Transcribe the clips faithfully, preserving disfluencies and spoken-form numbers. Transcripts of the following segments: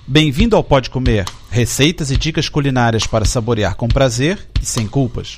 Bem-vindo ao Pode Comer, receitas e dicas culinárias para saborear com prazer e sem culpas.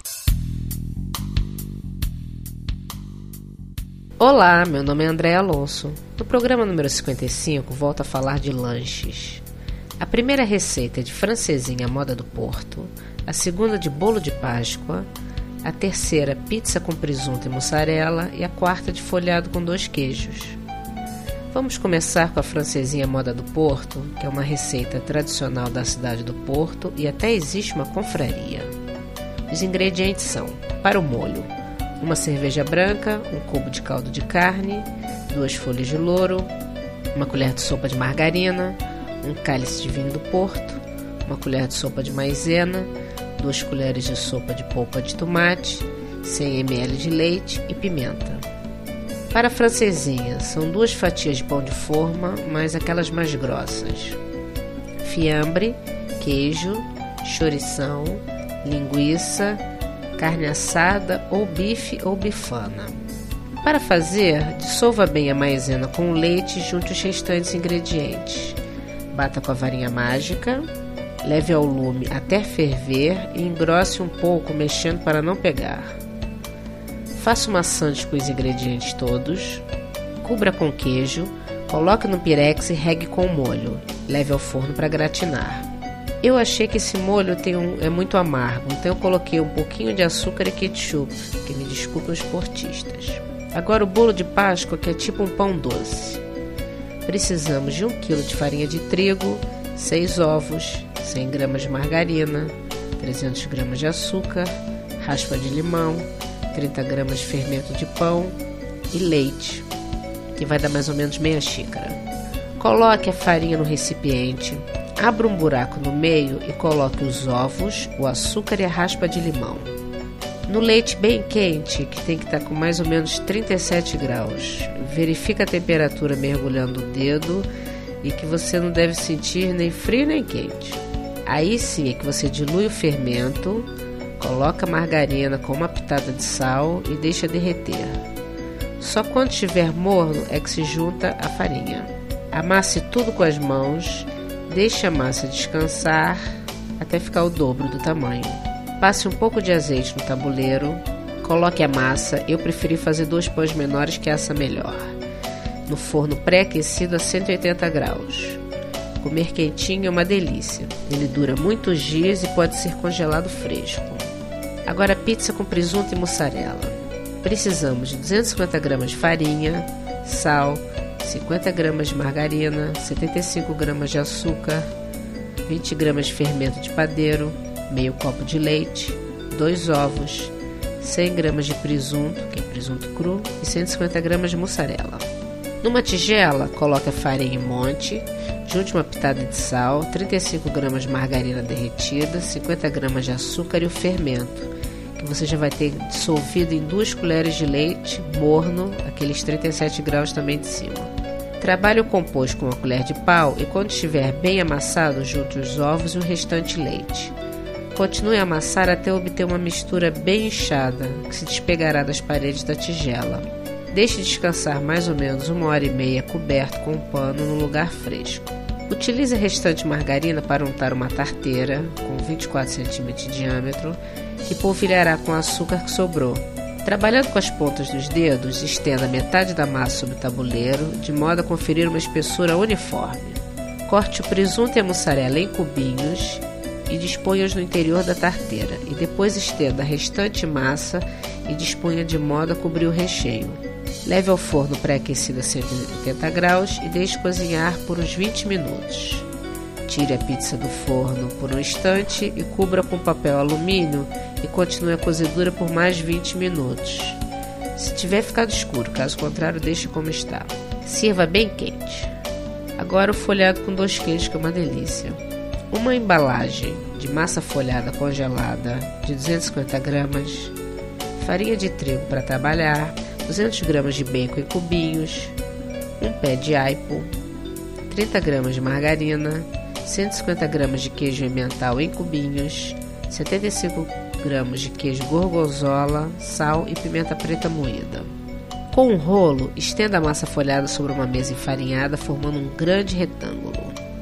Olá, meu nome é André Alonso. No programa número cinquenta e cinco, volto a falar de lanches. A primeira receita é de francesinha à moda do Porto, a segunda de bolo de Páscoa, a terceira pizza com presunto e mussarela e a quarta de folhado com dois queijos. Vamos começar com a francesinha à moda do Porto, que é uma receita tradicional da cidade do Porto e até existe uma confraria. Os ingredientes são, para o molho, uma cerveja branca, um cubo de caldo de carne, duas folhas de louro, uma colher de sopa de margarina, um cálice de vinho do Porto, uma colher de sopa de maizena, duas colheres de sopa de polpa de tomate, cem mililitros de leite e pimenta. Para a francesinha, são duas fatias de pão de forma, mais aquelas mais grossas, fiambre, queijo, chourição, linguiça, carne assada ou bife ou bifana. Para fazer, dissolva bem a maizena com o leite e junte os restantes ingredientes. Bata com a varinha mágica, leve ao lume até ferver e engrosse um pouco mexendo para não pegar. Faça uma sanduíche com os ingredientes todos, cubra com queijo, coloque no pirex e regue com o molho. Leve ao forno para gratinar. Eu achei que esse molho tem um, é muito amargo, então eu coloquei um pouquinho de açúcar e ketchup, que me desculpem os portistas. Agora o bolo de Páscoa, que é tipo um pão doce. Precisamos de um quilo de farinha de trigo, seis ovos, cem gramas de margarina, trezentas gramas de açúcar, raspa de limão, trinta gramas de fermento de pão e leite, que vai dar mais ou menos meia xícara. Coloque a farinha no recipiente, abra um buraco no meio e coloque os ovos, o açúcar e a raspa de limão. No leite bem quente, que tem que estar com mais ou menos trinta e sete graus, verifica a temperatura mergulhando o dedo e que você não deve sentir nem frio nem quente. Aí sim é que você dilui o fermento, coloca a margarina com uma pitada de sal e deixa derreter. Só quando estiver morno é que se junta a farinha. Amasse tudo com as mãos, deixe a massa descansar até ficar o dobro do tamanho. Passe um pouco de azeite no tabuleiro, coloque a massa, eu preferi fazer dois pães menores que essa melhor. No forno pré-aquecido a cento e oitenta graus. Comer quentinho é uma delícia. Ele dura muitos dias e pode ser congelado fresco. Agora pizza com presunto e mussarela. Precisamos de duzentas e cinquenta gramas de farinha, sal, cinquenta gramas de margarina, setenta e cinco gramas de açúcar, vinte gramas de fermento de padeiro, meio copo de leite, dois ovos, cem gramas de presunto, que é presunto cru, e cento e cinquenta gramas de mussarela. Numa tigela, coloque a farinha em monte, junte uma pitada de sal, trinta e cinco gramas de margarina derretida, cinquenta gramas de açúcar e o fermento, que você já vai ter dissolvido em duas colheres de leite, morno, aqueles trinta e sete graus também de cima. Trabalhe o composto com uma colher de pau e quando estiver bem amassado, junte os ovos e o restante leite. Continue a amassar até obter uma mistura bem inchada, que se despegará das paredes da tigela. Deixe descansar mais ou menos uma hora e meia coberto com um pano num lugar fresco. Utilize a restante margarina para untar uma tarteira com vinte e quatro centímetros de diâmetro e polvilhará com o açúcar que sobrou. Trabalhando com as pontas dos dedos, estenda metade da massa sobre o tabuleiro, de modo a conferir uma espessura uniforme. Corte o presunto e a mussarela em cubinhos e disponha-os no interior da tarteira, e depois estenda a restante massa e disponha de modo a cobrir o recheio. Leve ao forno pré-aquecido a cento e oitenta graus e deixe cozinhar por uns vinte minutos. Tire a pizza do forno por um instante e cubra com papel alumínio e continue a cozedura por mais vinte minutos. Se tiver ficado escuro, caso contrário, deixe como está. Sirva bem quente. Agora o folhado com dois queijos, que é uma delícia. Uma embalagem de massa folhada congelada de duzentas e cinquenta gramas, farinha de trigo para trabalhar, duzentas gramas de bacon em cubinhos, um pé de aipo, trinta gramas de margarina, cento e cinquenta gramas de queijo emmental em cubinhos, setenta e cinco gramas de queijo gorgonzola, sal e pimenta preta moída. Com um rolo, estenda a massa folhada sobre uma mesa enfarinhada, formando um grande retângulo.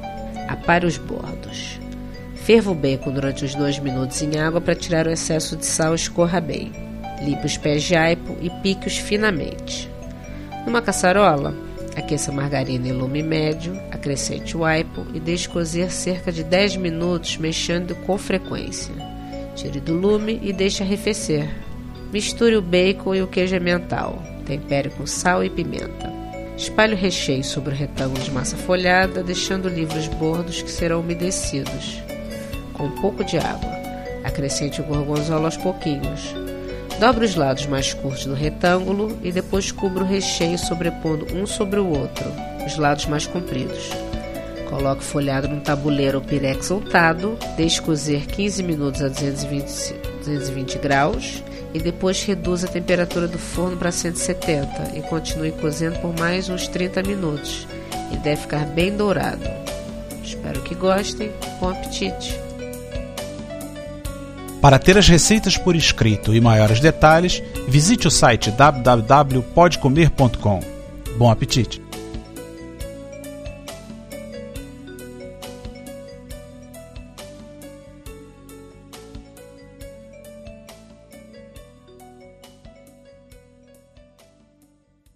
Apare os bordos. Ferva o bacon durante uns dois minutos em água para tirar o excesso de sal e escorra bem. Limpe os pés de aipo e pique-os finamente. Numa caçarola, aqueça a margarina em lume médio, acrescente o aipo e deixe cozer cerca de dez minutos, mexendo com frequência. Tire do lume e deixe arrefecer. Misture o bacon e o queijo emmental. Tempere com sal e pimenta. Espalhe o recheio sobre o retângulo de massa folhada, deixando livre os bordos que serão umedecidos. Com um pouco de água. Acrescente o gorgonzola aos pouquinhos. Dobre os lados mais curtos do retângulo e depois cubra o recheio sobrepondo um sobre o outro, os lados mais compridos. Coloque folhado num tabuleiro ou pirex untado, deixe cozer quinze minutos a duzentos e vinte graus e depois reduza a temperatura do forno para cento e setenta e continue cozendo por mais uns trinta minutos. Ele deve ficar bem dourado. Espero que gostem. Bom apetite! Para ter as receitas por escrito e maiores detalhes, visite o site w w w ponto pode comer ponto com. Bom apetite!